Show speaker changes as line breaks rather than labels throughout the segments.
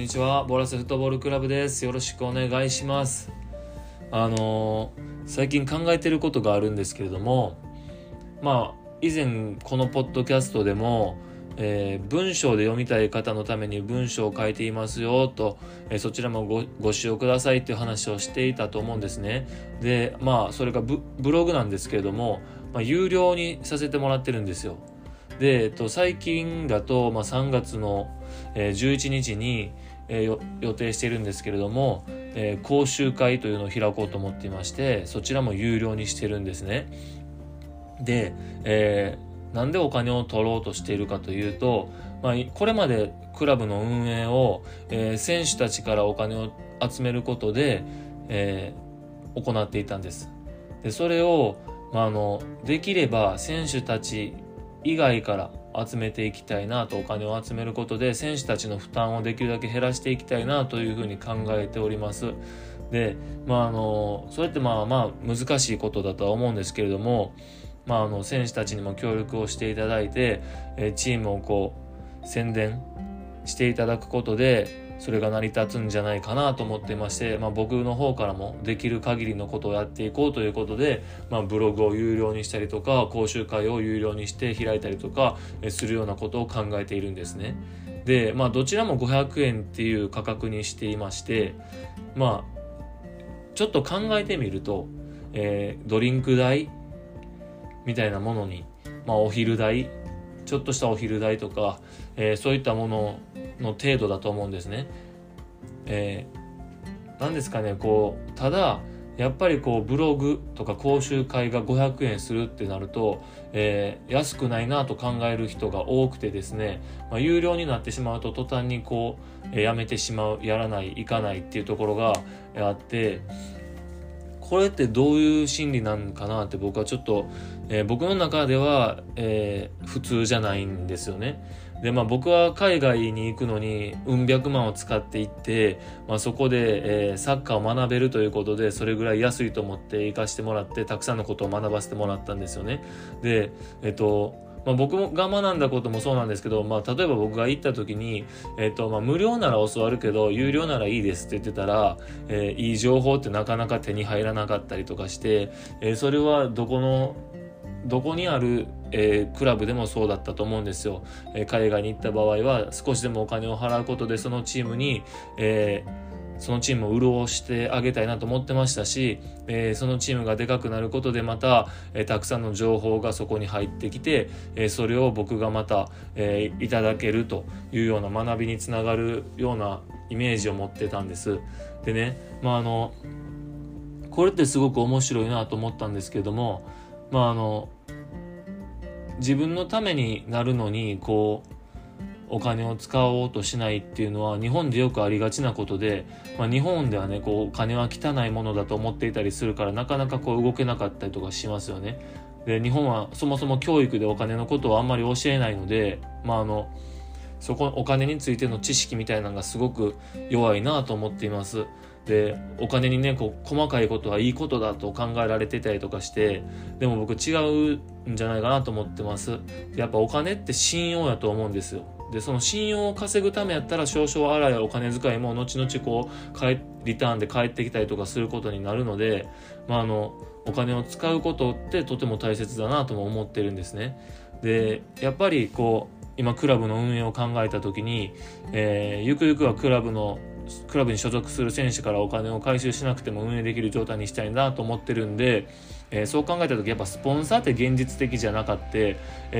にちは。ボラスフットボールクラブです。よろしくお願いします。最近考えてることがあるんですけれども、以前このポッドキャストでも、文章で読みたい方のために文章を書いていますよと、そちらもご使用くださいっていう話をしていたと思うんですね。で、それがブログなんですけれども、有料にさせてもらってるんですよ。で、最近だと、3月の11日に、予定しているんですけれども、講習会というのを開こうと思っていまして、そちらも有料にしてるんですね。で、なんでお金を取ろうとしているかというと、これまでクラブの運営を、選手たちからお金を集めることで、行っていたんです。で、それを、できれば選手たち以外から集めていきたいなと、お金を集めることで選手たちの負担をできるだけ減らしていきたいなというふうに考えております。で、それって難しいことだとは思うんですけれども、選手たちにも協力をしていただいて、チームを宣伝していただくことでそれが成り立つんじゃないかなと思っていまして、僕の方からもできる限りのことをやっていこうということで、ブログを有料にしたりとか、講習会を有料にして開いたりとかするようなことを考えているんですね。で、どちらも500円っていう価格にしていまして、ちょっと考えてみると、ドリンク代みたいなものに、お昼代、ちょっとしたお昼代とか、そういったものの程度だと思うんですね。なんですかね、ただやっぱりブログとか講習会が500円するってなると、安くないなと考える人が多くてですね、有料になってしまうと途端にやめてしまう、やらない、行かないっていうところがあって、これってどういう心理なんかなって僕はちょっと、僕の中では、普通じゃないんですよね。で、僕は海外に行くのにうん百万を使っていって、そこで、サッカーを学べるということで、それぐらい安いと思って行かしてもらって、たくさんのことを学ばせてもらったんですよね。で、僕が学んだこともそうなんですけど、例えば僕が行った時に、無料なら教わるけど有料ならいいですって言ってたら、いい情報ってなかなか手に入らなかったりとかして、それはどこにある、クラブでもそうだったと思うんですよ。海外に行った場合は少しでもお金を払うことでそのチームを潤してあげたいなと思ってましたし、そのチームがでかくなることでまた、たくさんの情報がそこに入ってきて、それを僕がまた、いただけるというような学びにつながるようなイメージを持ってたんです。でね、これってすごく面白いなと思ったんですけども、自分のためになるのにお金を使おうとしないっていうのは日本でよくありがちなことで、日本ではねお金は汚いものだと思っていたりするから、なかなか動けなかったりとかしますよね。で、日本はそもそも教育でお金のことをあんまり教えないので、そこお金についての知識みたいなのがすごく弱いなと思っています。で、お金にね細かいことはいいことだと考えられてたりとかして、でも僕違うんじゃないかなと思ってます。やっぱお金って信用やと思うんですよ。で、その信用を稼ぐためやったら少々荒いお金遣いも後々リターンで返ってきたりとかすることになるので、お金を使うことってとても大切だなとも思ってるんですね。で、やっぱり今クラブの運営を考えた時に、ゆくゆくはクラブに所属する選手からお金を回収しなくても運営できる状態にしたいなと思ってるんで、そう考えた時やっぱスポンサーって現実的じゃなかった、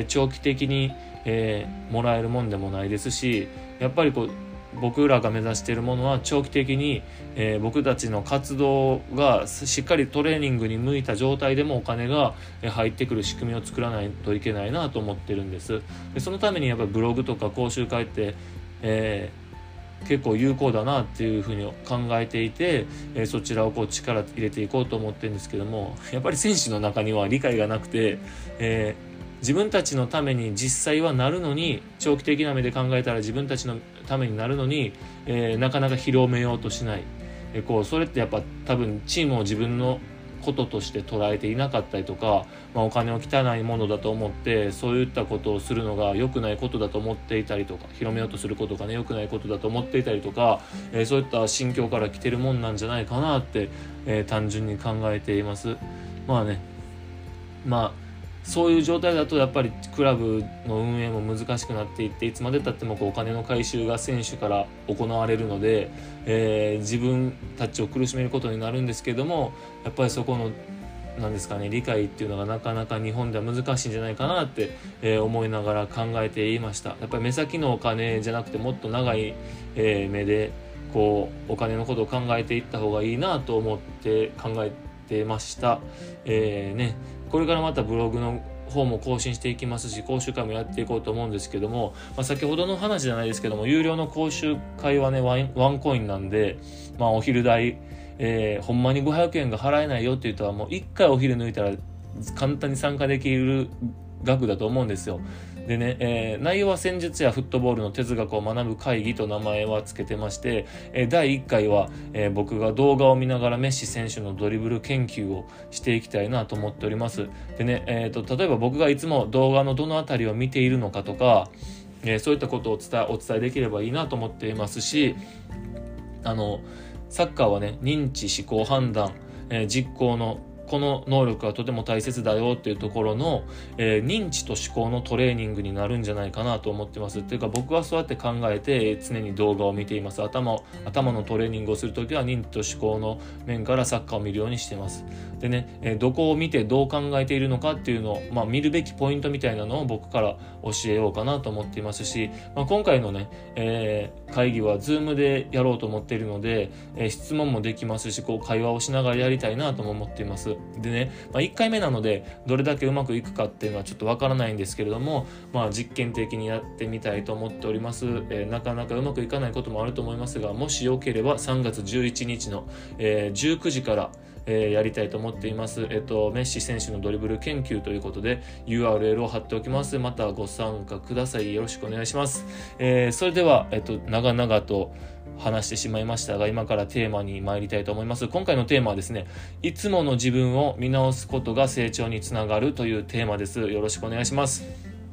長期的に、もらえるもんでもないですし、やっぱり僕らが目指しているものは長期的に、僕たちの活動がしっかりトレーニングに向いた状態でもお金が入ってくる仕組みを作らないといけないなと思ってるんです。で、そのためにやっぱりブログとか講習会って、結構有効だなっていうふうに考えていて、そちらを力入れていこうと思ってるんですけども、やっぱり選手の中には理解がなくて、自分たちのために実際はなるのに、長期的な目で考えたら自分たちのためになるのに、なかなか広めようとしない。それってやっぱ多分チームを自分のこととして捉えていなかったりとか、お金を汚いものだと思ってそういったことをするのが良くないことだと思っていたりとか、広めようとすることがね良くないことだと思っていたりとか、そういった心境から来てるもんなんじゃないかなって、単純に考えています。そういう状態だとやっぱりクラブの運営も難しくなっていって、いつまでたってもお金の回収が選手から行われるので、自分たちを苦しめることになるんですけども、やっぱりそこの理解っていうのがなかなか日本では難しいんじゃないかなって、思いながら考えていました。やっぱり目先のお金じゃなくてもっと長い、目でお金のことを考えていった方がいいなと思って考えてました。これからまたブログの方も更新していきますし、講習会もやっていこうと思うんですけども、先ほどの話じゃないですけども、有料の講習会はねワンコインなんで、お昼代、ほんまに500円が払えないよって言ったら、もう1回お昼抜いたら簡単に参加できる額だと思うんですよ。でね、内容は戦術やフットボールの哲学を学ぶ会議と名前は付けてまして、第1回は、僕が動画を見ながらメッシ選手のドリブル研究をしていきたいなと思っております。でね、例えば僕がいつも動画のどのあたりを見ているのかとか、そういったことをお伝えできればいいなと思っていますし、サッカーはね、認知、思考、判断、実行のこの能力がとても大切だよっていうところの、認知と思考のトレーニングになるんじゃないかなと思ってます。っていうか、僕はそうやって考えて常に動画を見ています。頭のトレーニングをするときは認知と思考の面からサッカーを見るようにしてます。でね、どこを見てどう考えているのかっていうのを、見るべきポイントみたいなのを僕から教えようかなと思っていますし、今回のね、会議は Zoom でやろうと思っているので、質問もできますし、会話をしながらやりたいなとも思っています。でね、1回目なのでどれだけうまくいくかっていうのはちょっとわからないんですけれども、実験的にやってみたいと思っております。なかなかうまくいかないこともあると思いますが、もしよければ3月11日の、19時からやりたいと思っています。メッシ選手のドリブル研究ということで URL を貼っておきます。またご参加ください。よろしくお願いします。それでは、長々と話してしまいましたが、今からテーマに参りたいと思います。今回のテーマはですね、いつもの自分を見直すことが成長につながるというテーマです。よろしくお願いします。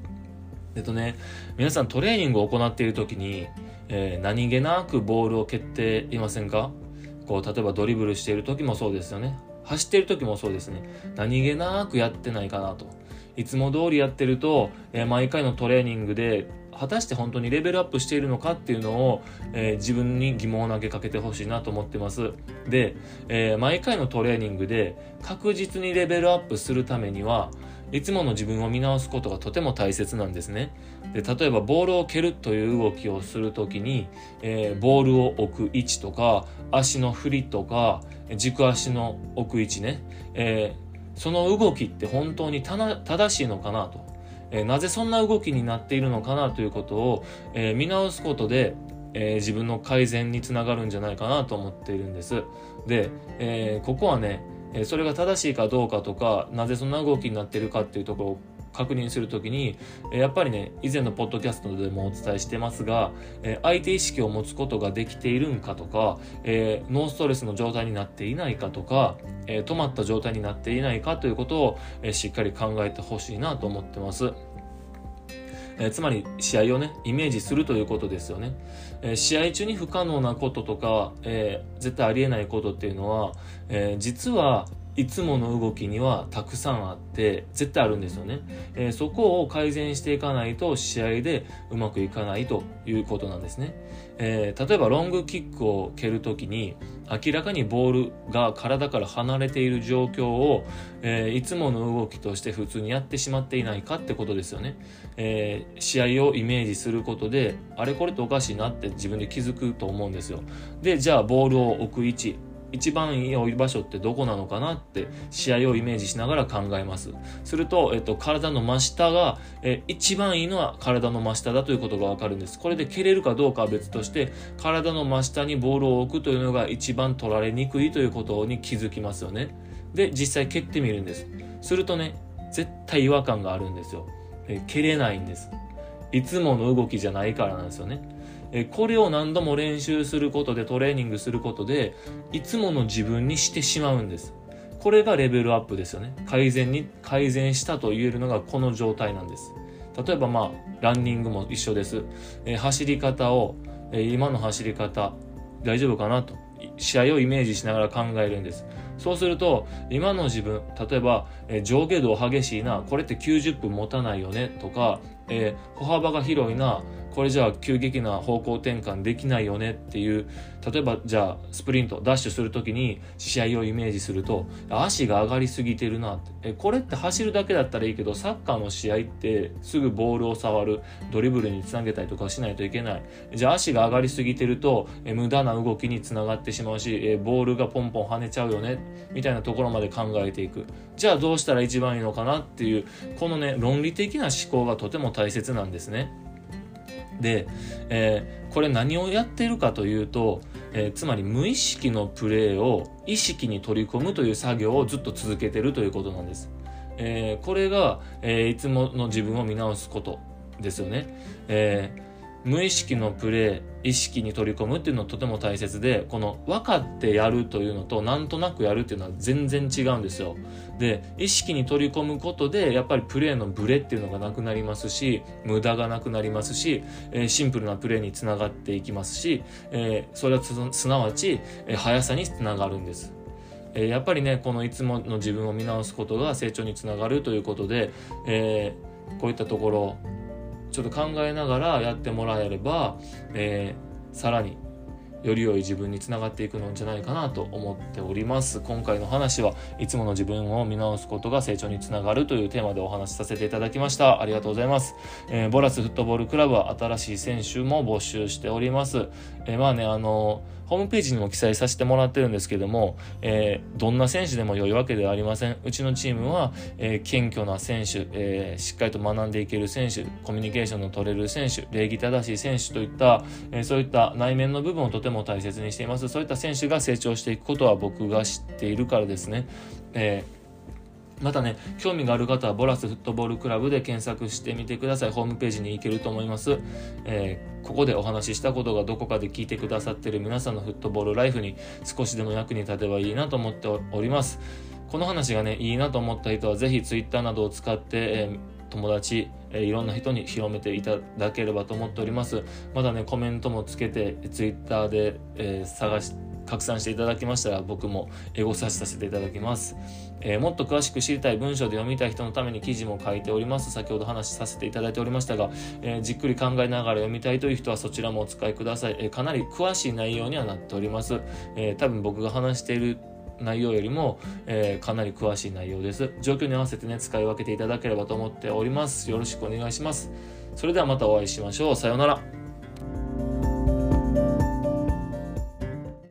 皆さんトレーニングを行っている時に、何気なくボールを蹴っていませんか？例えばドリブルしている時もそうですよね。走っている時もそうですね。何気なくやってないかなと。いつも通りやってると、毎回のトレーニングで果たして本当にレベルアップしているのかっていうのを、自分に疑問を投げかけてほしいなと思ってます。で、毎回のトレーニングで確実にレベルアップするためにはいつもの自分を見直すことがとても大切なんですね。で、例えばボールを蹴るという動きをするときに、ボールを置く位置とか足の振りとか軸足の置く位置ね、その動きって本当に正しいのかなと、なぜそんな動きになっているのかなということを、見直すことで、自分の改善につながるんじゃないかなと思っているんです。で、ここはね、それが正しいかどうかとか、なぜそんな動きになっているかっていうところを確認するときに、やっぱりね、以前のポッドキャストでもお伝えしてますが、相手意識を持つことができているんかとか、ノーストレスの状態になっていないかとか、止まった状態になっていないかということを、しっかり考えてほしいなと思ってます。つまり試合をねイメージするということですよね。試合中に不可能なこととか、絶対ありえないことっていうのは、実はいつもの動きにはたくさんあって絶対あるんですよね。そこを改善していかないと試合でうまくいかないということなんですね。例えばロングキックを蹴るときに明らかにボールが体から離れている状況を、いつもの動きとして普通にやってしまっていないかってことですよね。試合をイメージすることであれこれとおかしいなって自分で気づくと思うんですよ。で、じゃあボールを置く位置、一番いい置き場所ってどこなのかなって試合をイメージしながら考えます。すると、体の真下が、一番いいのは体の真下だということがわかるんです。これで蹴れるかどうかは別として、体の真下にボールを置くというのが一番取られにくいということに気づきますよね。で、実際蹴ってみるんです。するとね、絶対違和感があるんですよ。蹴れないんです。いつもの動きじゃないからなんですよね。これを何度も練習することでトレーニングすることでいつもの自分にしてしまうんです。 これがレベルアップですよね。改善したと言えるのがこの状態なんです。例えばランニングも一緒です。走り方を、今の走り方大丈夫かなと試合をイメージしながら考えるんです。そうすると今の自分、例えば、上下動激しいな、これって90分持たないよねとか、歩幅が広いな、これじゃあ急激な方向転換できないよねっていう、例えばじゃあスプリントダッシュするときに試合をイメージすると、足が上がりすぎてるなって、これって走るだけだったらいいけど、サッカーの試合ってすぐボールを触る、ドリブルにつなげたりとかしないといけない。じゃあ足が上がりすぎてると無駄な動きにつながってしまうし、ボールがポンポン跳ねちゃうよねみたいなところまで考えていく。じゃあどうしたら一番いいのかなっていう、このね論理的な思考がとても大切なんですね。で、これ何をやっているかというと、つまり無意識のプレーを意識に取り込むという作業をずっと続けているということなんです。これが、いつもの自分を見直すことですよね。無意識のプレー、意識に取り込むっていうのはとても大切で、この分かってやるというのとなんとなくやるっていうのは全然違うんですよ。で、意識に取り込むことでやっぱりプレーのブレっていうのがなくなりますし、無駄がなくなりますし、シンプルなプレーにつながっていきますし、それはすなわち、速さにつながるんです。やっぱりね、このいつもの自分を見直すことが成長につながるということで、こういったところちょっと考えながらやってもらえれば、さらにより良い自分につながっていくのじゃないかなと思っております。今回の話はいつもの自分を見直すことが成長につながるというテーマでお話しさせていただきました。ありがとうございます。ボラスフットボールクラブは新しい選手も募集しております。ホームページにも記載させてもらってるんですけども、どんな選手でも良いわけではありません。うちのチームは、謙虚な選手、しっかりと学んでいける選手、コミュニケーションの取れる選手、礼儀正しい選手といった、そういった内面の部分をとても大切にしています。そういった選手が成長していくことは僕が知っているからですね。またね、興味がある方はボラスフットボールクラブで検索してみてください。ホームページに行けると思います。ここでお話ししたことがどこかで聞いてくださっている皆さんのフットボールライフに少しでも役に立てばいいなと思っております。この話がね、いいなと思った人はぜひツイッターなどを使って、友達、いろんな人に広めていただければと思っております。まだね、コメントもつけてツイッターで、拡散していただきましたら僕もエゴサーチさせていただきます。もっと詳しく知りたい、文章で読みたい人のために記事も書いております。先ほど話しさせていただいておりましたが、じっくり考えながら読みたいという人はそちらもお使いください。かなり詳しい内容にはなっております。多分僕が話している内容よりも、かなり詳しい内容です。状況に合わせてね、使い分けていただければと思っております。よろしくお願いします。それではまたお会いしましょう。さようなら。